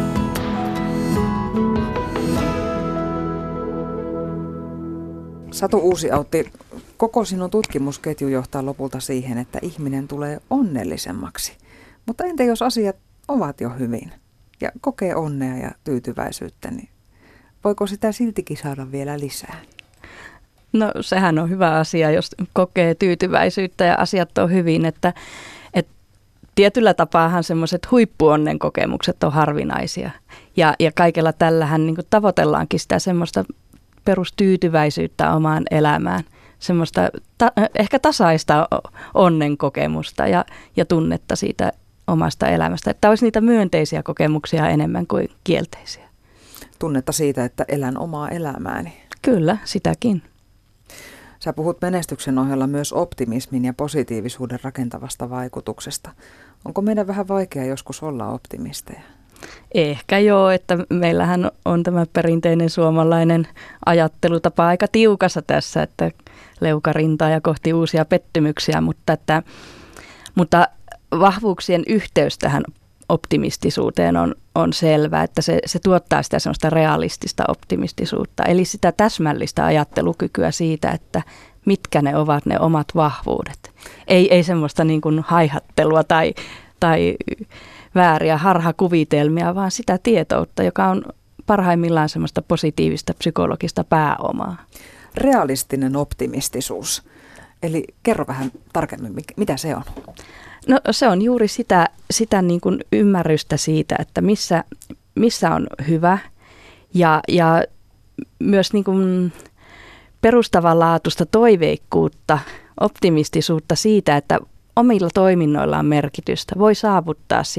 Satu Uusiautti, koko sinun tutkimusketju johtaa lopulta siihen, että ihminen tulee onnellisemmaksi. Mutta entä jos asiat ovat jo hyvin ja kokee onnea ja tyytyväisyyttä, niin voiko sitä siltikin saada vielä lisää? No sehän on hyvä asia, jos kokee tyytyväisyyttä ja asiat on hyvin, että tietyllä tapaahan semmoiset huippuonnen kokemukset on harvinaisia ja kaikella tällähän niin kuin tavoitellaankin sitä semmoista perustyytyväisyyttä omaan elämään, semmoista ehkä tasaista onnen kokemusta ja tunnetta siitä omasta elämästä, että olisi niitä myönteisiä kokemuksia enemmän kuin kielteisiä. Tunnetta siitä, että elän omaa elämääni. Kyllä, sitäkin. Sä puhut menestyksen ohella myös optimismin ja positiivisuuden rakentavasta vaikutuksesta. Onko meidän vähän vaikea joskus olla optimisteja? Ehkä joo, että meillähän on tämä perinteinen suomalainen ajattelutapa aika tiukassa tässä, että leukarintaa ja kohti uusia pettymyksiä, mutta vahvuuksien yhteys tähän optimistisuuteen on selvä, että se tuottaa sitä semmoista realistista optimistisuutta, eli sitä täsmällistä ajattelukykyä siitä, että mitkä ne ovat ne omat vahvuudet. Ei semmoista niin kuin haihattelua tai vääriä harhakuvitelmia, vaan sitä tietoutta, joka on parhaimmillaan semmoista positiivista psykologista pääomaa. Realistinen optimistisuus. Eli kerro vähän tarkemmin, mitä se on? No se on juuri sitä niin kuin ymmärrystä siitä, että missä on hyvä ja myös niin kuin perustavanlaatuista toiveikkuutta, optimistisuutta siitä, että omilla toiminnoilla on merkitystä. Voi saavuttaa sitä,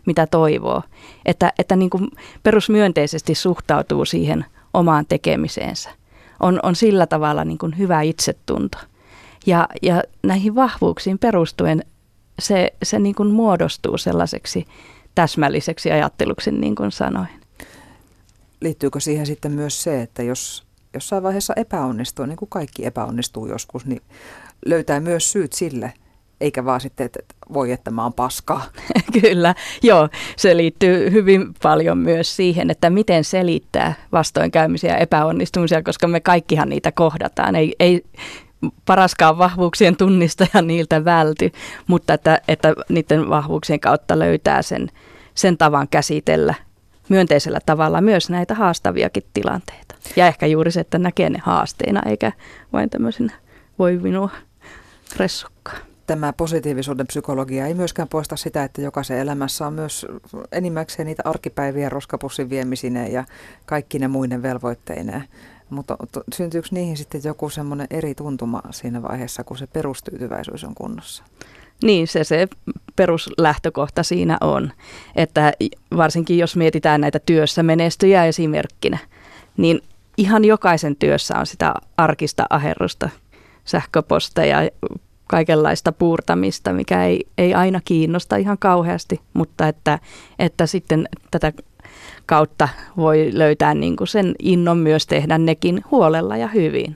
mitä toivoo. Että niin kuin perusmyönteisesti suhtautuu siihen omaan tekemiseensä. On sillä tavalla niin kuin hyvä itsetunto. Ja näihin vahvuuksiin perustuen se niin kuin muodostuu sellaiseksi täsmälliseksi ajatteluksi, niin kuin sanoin. Liittyykö siihen sitten myös se, että jos jossain vaiheessa epäonnistuu, niin kuin kaikki epäonnistuu joskus, niin löytää myös syyt sille, eikä vaan sitten, että voi, että mä oon paskaa. Kyllä, joo. Se liittyy hyvin paljon myös siihen, että miten selittää vastoinkäymisiä ja epäonnistumisia, koska me kaikkihan niitä kohdataan. Ei paraskaan vahvuuksien tunnistaja niiltä välty, mutta että niiden vahvuuksien kautta löytää sen tavan käsitellä myönteisellä tavalla myös näitä haastaviakin tilanteita. Ja ehkä juuri se, että näkee ne haasteina, eikä vain tämmöisenä voi minua ressukkaa. Tämä positiivisuuden psykologia ei myöskään poista sitä, että jokaisen elämässä on myös enimmäkseen niitä arkipäiviä roskapussin viemisineen ja kaikki ne muiden velvoitteineen. Mutta syntyykö niihin sitten joku semmoinen eri tuntuma siinä vaiheessa, kun se perustyytyväisyys on kunnossa? Niin, se peruslähtökohta siinä on, että varsinkin jos mietitään näitä työssä menestyjä esimerkkinä, niin ihan jokaisen työssä on sitä arkista aherrusta, sähköposteja, kaikenlaista puurtamista, mikä ei aina kiinnosta ihan kauheasti, mutta että sitten tätä kautta voi löytää niin kuin sen innon myös tehdä nekin huolella ja hyvin.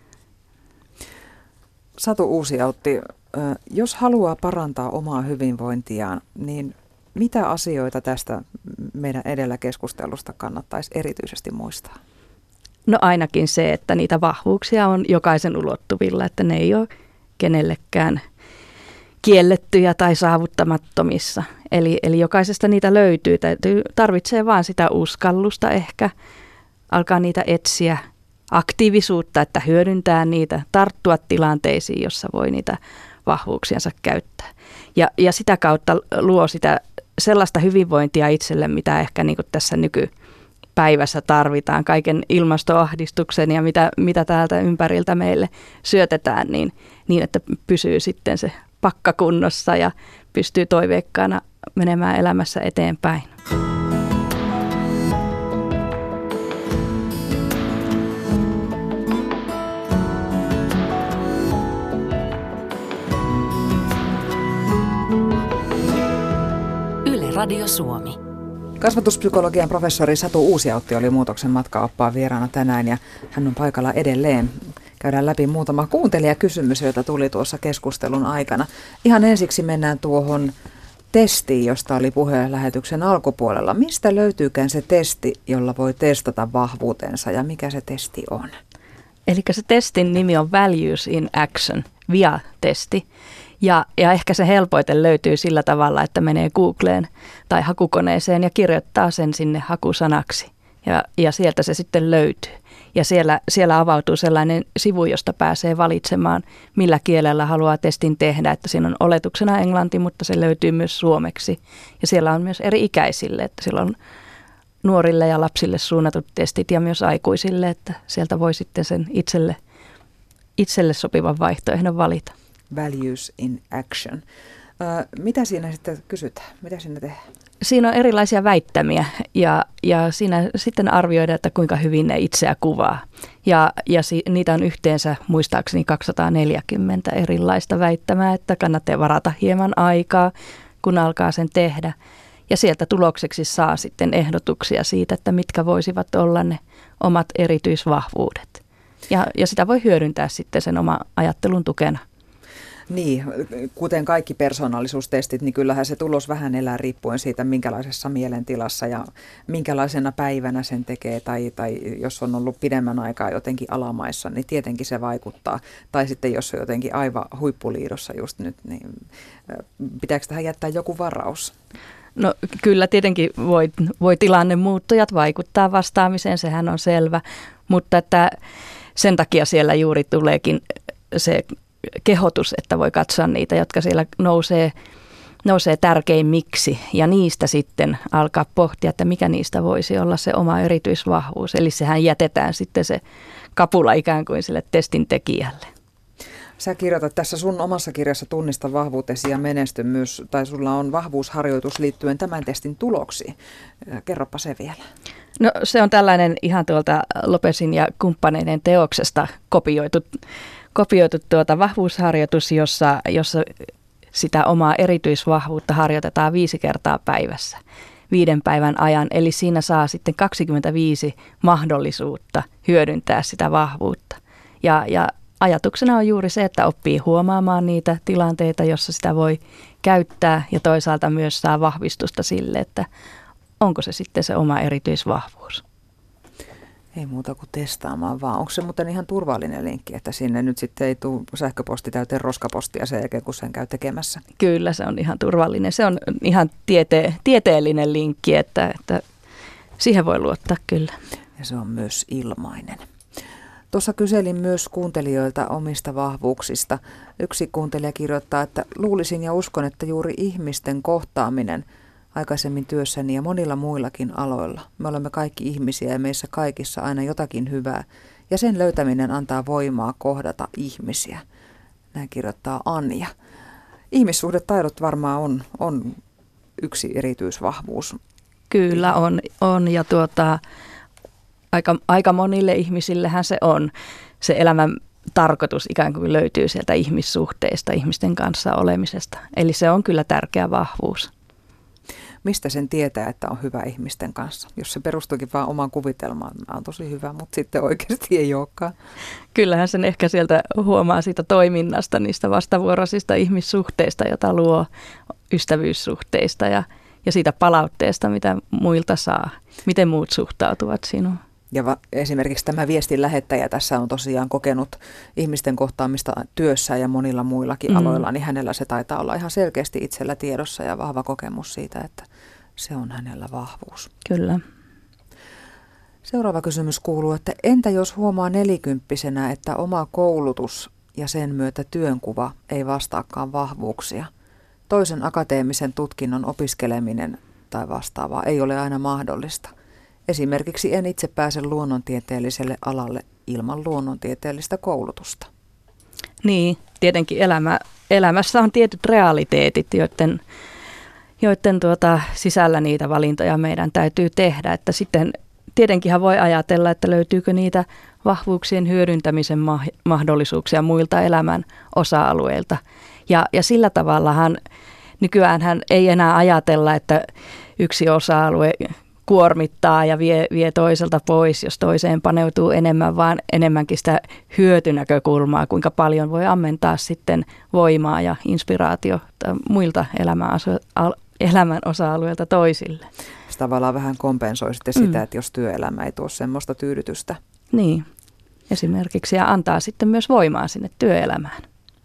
Satu Uusiautti, jos haluaa parantaa omaa hyvinvointiaan, niin mitä asioita tästä meidän edellä keskustelusta kannattaisi erityisesti muistaa? No ainakin se, että niitä vahvuuksia on jokaisen ulottuvilla, että ne ei ole kenellekään kiellettyjä tai saavuttamattomissa. Eli jokaisesta niitä löytyy. Tarvitsee vaan sitä uskallusta ehkä, alkaa niitä etsiä, aktiivisuutta, että hyödyntää niitä, tarttua tilanteisiin, jossa voi niitä vahvuuksiansa käyttää. Ja sitä kautta luo sitä sellaista hyvinvointia itselle, mitä ehkä niin kuin tässä nykypäivässä tarvitaan, kaiken ilmastoahdistuksen ja mitä täältä ympäriltä meille syötetään, niin että pysyy sitten se pakka kunnossa ja pystyy toiveikkaana menemään elämässä eteenpäin. Yle Radio Suomi. Kasvatuspsykologian professori Satu Uusiautti oli Muutoksen matkaoppaan vieraana tänään ja hän on paikalla edelleen. Käydään läpi muutama kuuntelijakysymys, joita tuli tuossa keskustelun aikana. Ihan ensiksi mennään tuohon testiin, josta oli puhe lähetyksen alkupuolella. Mistä löytyykään se testi, jolla voi testata vahvuutensa ja mikä se testi on? Eli se testin nimi on Values in Action, VIA-testi. Ja ehkä se helpoiten löytyy sillä tavalla, että menee Googleen tai hakukoneeseen ja kirjoittaa sen sinne hakusanaksi. Ja sieltä se sitten löytyy. Ja siellä avautuu sellainen sivu, josta pääsee valitsemaan, millä kielellä haluaa testin tehdä. Että siinä on oletuksena englanti, mutta se löytyy myös suomeksi. Ja siellä on myös eri ikäisille, että siellä on nuorille ja lapsille suunnatut testit ja myös aikuisille, että sieltä voi sitten sen itselle sopivan vaihtoehdon valita. Values in Action. Mitä siinä sitten kysytään? Mitä siinä tehdään? Siinä on erilaisia väittämiä ja siinä sitten arvioidaan, että kuinka hyvin ne itseä kuvaa. Ja niitä on yhteensä muistaakseni 240 erilaista väittämää, että kannattaa varata hieman aikaa, kun alkaa sen tehdä. Ja sieltä tulokseksi saa sitten ehdotuksia siitä, että mitkä voisivat olla ne omat erityisvahvuudet. Ja sitä voi hyödyntää sitten sen oman ajattelun tukena. Niin, kuten kaikki persoonallisuustestit, niin kyllähän se tulos vähän elää riippuen siitä, minkälaisessa mielentilassa ja minkälaisena päivänä sen tekee. Tai jos on ollut pidemmän aikaa jotenkin alamaissa, niin tietenkin se vaikuttaa. Tai sitten jos on jotenkin aivan huippuliidossa just nyt, niin pitääkö tähän jättää joku varaus? No kyllä tietenkin voi tilannemuuttujat vaikuttaa vastaamiseen, sehän on selvä. Mutta että sen takia siellä juuri tuleekin se kehotus, että voi katsoa niitä, jotka siellä nousee tärkeimmiksi ja niistä sitten alkaa pohtia, että mikä niistä voisi olla se oma erityisvahvuus. Eli sehän jätetään sitten se kapula ikään kuin sille testin tekijälle. Sä kirjoitat tässä sun omassa kirjassa Tunnista vahvuutesi ja menesty myös, tai sulla on vahvuusharjoitus liittyen tämän testin tuloksiin. Kerropa se vielä. No se on tällainen ihan tuolta Lopesin ja kumppaneiden teoksesta kopioitu vahvuusharjoitus, jossa sitä omaa erityisvahvuutta harjoitetaan 5 kertaa päivässä 5 päivän ajan. Eli siinä saa sitten 25 mahdollisuutta hyödyntää sitä vahvuutta. Ja ajatuksena on juuri se, että oppii huomaamaan niitä tilanteita, jossa sitä voi käyttää ja toisaalta myös saa vahvistusta sille, että onko se sitten se oma erityisvahvuus. Ei muuta kuin testaamaan vaan. Onko se muuten ihan turvallinen linkki, että sinne nyt sitten ei tule sähköposti täyteen roskapostia sen jälkeen, kun sen käy tekemässä? Kyllä, se on ihan turvallinen. Se on ihan tieteellinen linkki, että siihen voi luottaa kyllä. Ja se on myös ilmainen. Tuossa kyselin myös kuuntelijoilta omista vahvuuksista. Yksi kuuntelija kirjoittaa, että luulisin ja uskon, että juuri ihmisten kohtaaminen aikaisemmin työssäni ja monilla muillakin aloilla. Me olemme kaikki ihmisiä ja meissä kaikissa aina jotakin hyvää. Ja sen löytäminen antaa voimaa kohdata ihmisiä. Näin kirjoittaa Anja. Ihmissuhdetaidot varmaan on yksi erityisvahvuus. Kyllä on ja aika monille ihmisillehän se on. Se elämän tarkoitus ikään kuin löytyy sieltä ihmissuhteista, ihmisten kanssa olemisesta. Eli se on kyllä tärkeä vahvuus. Mistä sen tietää, että on hyvä ihmisten kanssa? Jos se perustuukin vaan omaan kuvitelmaan, on tosi hyvä, mutta sitten oikeasti ei olekaan. Kyllähän sen ehkä sieltä huomaa siitä toiminnasta, niistä vastavuoroisista ihmissuhteista, jota luo, ystävyyssuhteista ja siitä palautteesta, mitä muilta saa. Miten muut suhtautuvat sinuun. Ja esimerkiksi tämä viestin lähettäjä tässä on tosiaan kokenut ihmisten kohtaamista työssä ja monilla muillakin aloilla, niin hänellä se taitaa olla ihan selkeästi itsellä tiedossa ja vahva kokemus siitä, että se on hänellä vahvuus. Kyllä. Seuraava kysymys kuuluu, että entä jos huomaa 40-vuotiaana, että oma koulutus ja sen myötä työnkuva ei vastaakaan vahvuuksia? Toisen akateemisen tutkinnon opiskeleminen tai vastaavaa ei ole aina mahdollista. Esimerkiksi en itse pääse luonnontieteelliselle alalle ilman luonnontieteellistä koulutusta. Niin, tietenkin elämässä on tietyt realiteetit, joiden sisällä niitä valintoja meidän täytyy tehdä. Että sitten tietenkinhän voi ajatella, että löytyykö niitä vahvuuksien hyödyntämisen mahdollisuuksia muilta elämän osa-alueilta. Ja sillä tavallahan nykyäänhän ei enää ajatella, että yksi osa-alue kuormittaa ja vie toiselta pois, jos toiseen paneutuu enemmän, vaan enemmänkin sitä hyötynäkökulmaa, kuinka paljon voi ammentaa sitten voimaa ja inspiraatiota muilta elämän osa-alueilta toisille. Se tavallaan vähän kompensoi sitten sitä, että jos työelämä ei tuo semmoista tyydytystä. Niin, esimerkiksi ja antaa sitten myös voimaa sinne työelämään.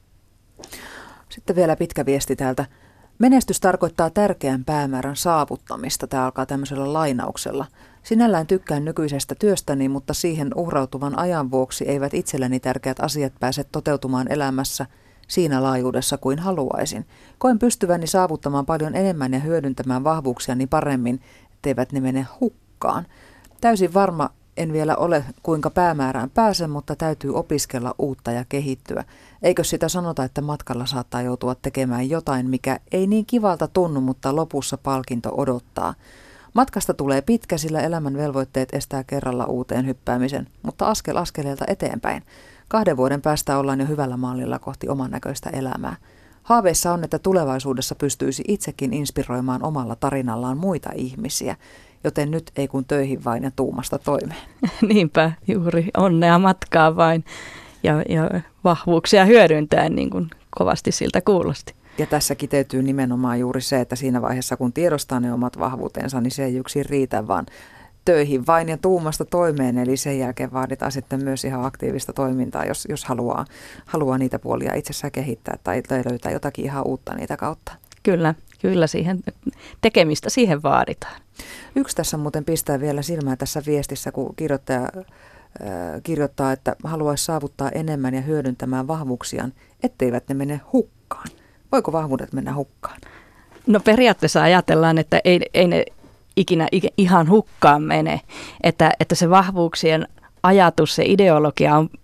Sitten vielä pitkä viesti täältä. Menestys tarkoittaa tärkeän päämäärän saavuttamista. Tämä alkaa tämmöisellä lainauksella. Sinällään tykkään nykyisestä työstäni, mutta siihen uhrautuvan ajan vuoksi eivät itselleni tärkeät asiat pääse toteutumaan elämässä siinä laajuudessa kuin haluaisin. Koen pystyväni saavuttamaan paljon enemmän ja hyödyntämään vahvuuksiani paremmin, etteivät ne mene hukkaan. Täysin varma en vielä ole, kuinka päämäärään pääsen, mutta täytyy opiskella uutta ja kehittyä. Eikö sitä sanota, että matkalla saattaa joutua tekemään jotain, mikä ei niin kivalta tunnu, mutta lopussa palkinto odottaa. Matkasta tulee pitkä, sillä elämän velvoitteet estää kerralla uuteen hyppäämisen, mutta askel askeleelta eteenpäin. 2 vuoden päästä ollaan jo hyvällä mallilla kohti oman näköistä elämää. Haaveissa on, että tulevaisuudessa pystyisi itsekin inspiroimaan omalla tarinallaan muita ihmisiä, joten nyt ei kun töihin vain ja tuumasta toimeen. Niinpä, juuri onnea matkaa vain ja vahvuuksia hyödyntäen, niin kuin kovasti siltä kuulosti. Ja tässä kiteytyy nimenomaan juuri se, että siinä vaiheessa kun tiedostaa ne omat vahvuutensa, niin se ei yksin riitä, vaan töihin vain ja tuumasta toimeen. Eli sen jälkeen vaaditaan sitten myös ihan aktiivista toimintaa, jos haluaa niitä puolia itsessään kehittää tai löytää jotakin ihan uutta niitä kautta. Kyllä siihen tekemistä siihen vaaditaan. Yksi tässä muuten pistää vielä silmään tässä viestissä, kun kirjoittaja kirjoittaa, että haluaisi saavuttaa enemmän ja hyödyntämään vahvuuksiaan, etteivät ne mene hukkaan. Voiko vahvuudet mennä hukkaan? No periaatteessa ajatellaan, että ei ne ikinä ihan hukkaan mene, että se vahvuuksien ajatus, se ideologia on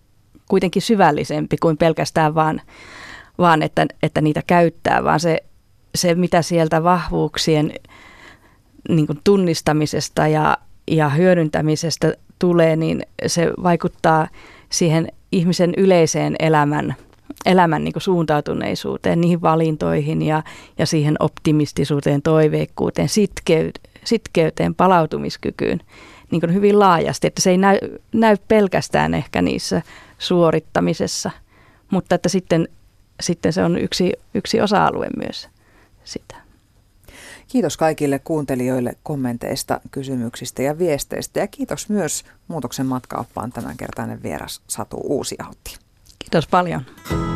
kuitenkin syvällisempi kuin pelkästään vaan että niitä käyttää, vaan se mitä sieltä vahvuuksien niin kuin tunnistamisesta ja hyödyntämisestä tulee, niin se vaikuttaa siihen ihmisen yleiseen elämän niin kuin suuntautuneisuuteen, niihin valintoihin ja siihen optimistisuuteen, toiveikkuuteen, sitkeyteen, palautumiskykyyn niin kuin hyvin laajasti, että se ei näy pelkästään ehkä niissä suorittamisessa, mutta että sitten se on yksi osa-alue myös sitä. Kiitos kaikille kuuntelijoille kommenteista, kysymyksistä ja viesteistä ja kiitos myös Muutoksen matka-oppaan tämänkertainen vieras Satu Uusiautti. Kiitos paljon.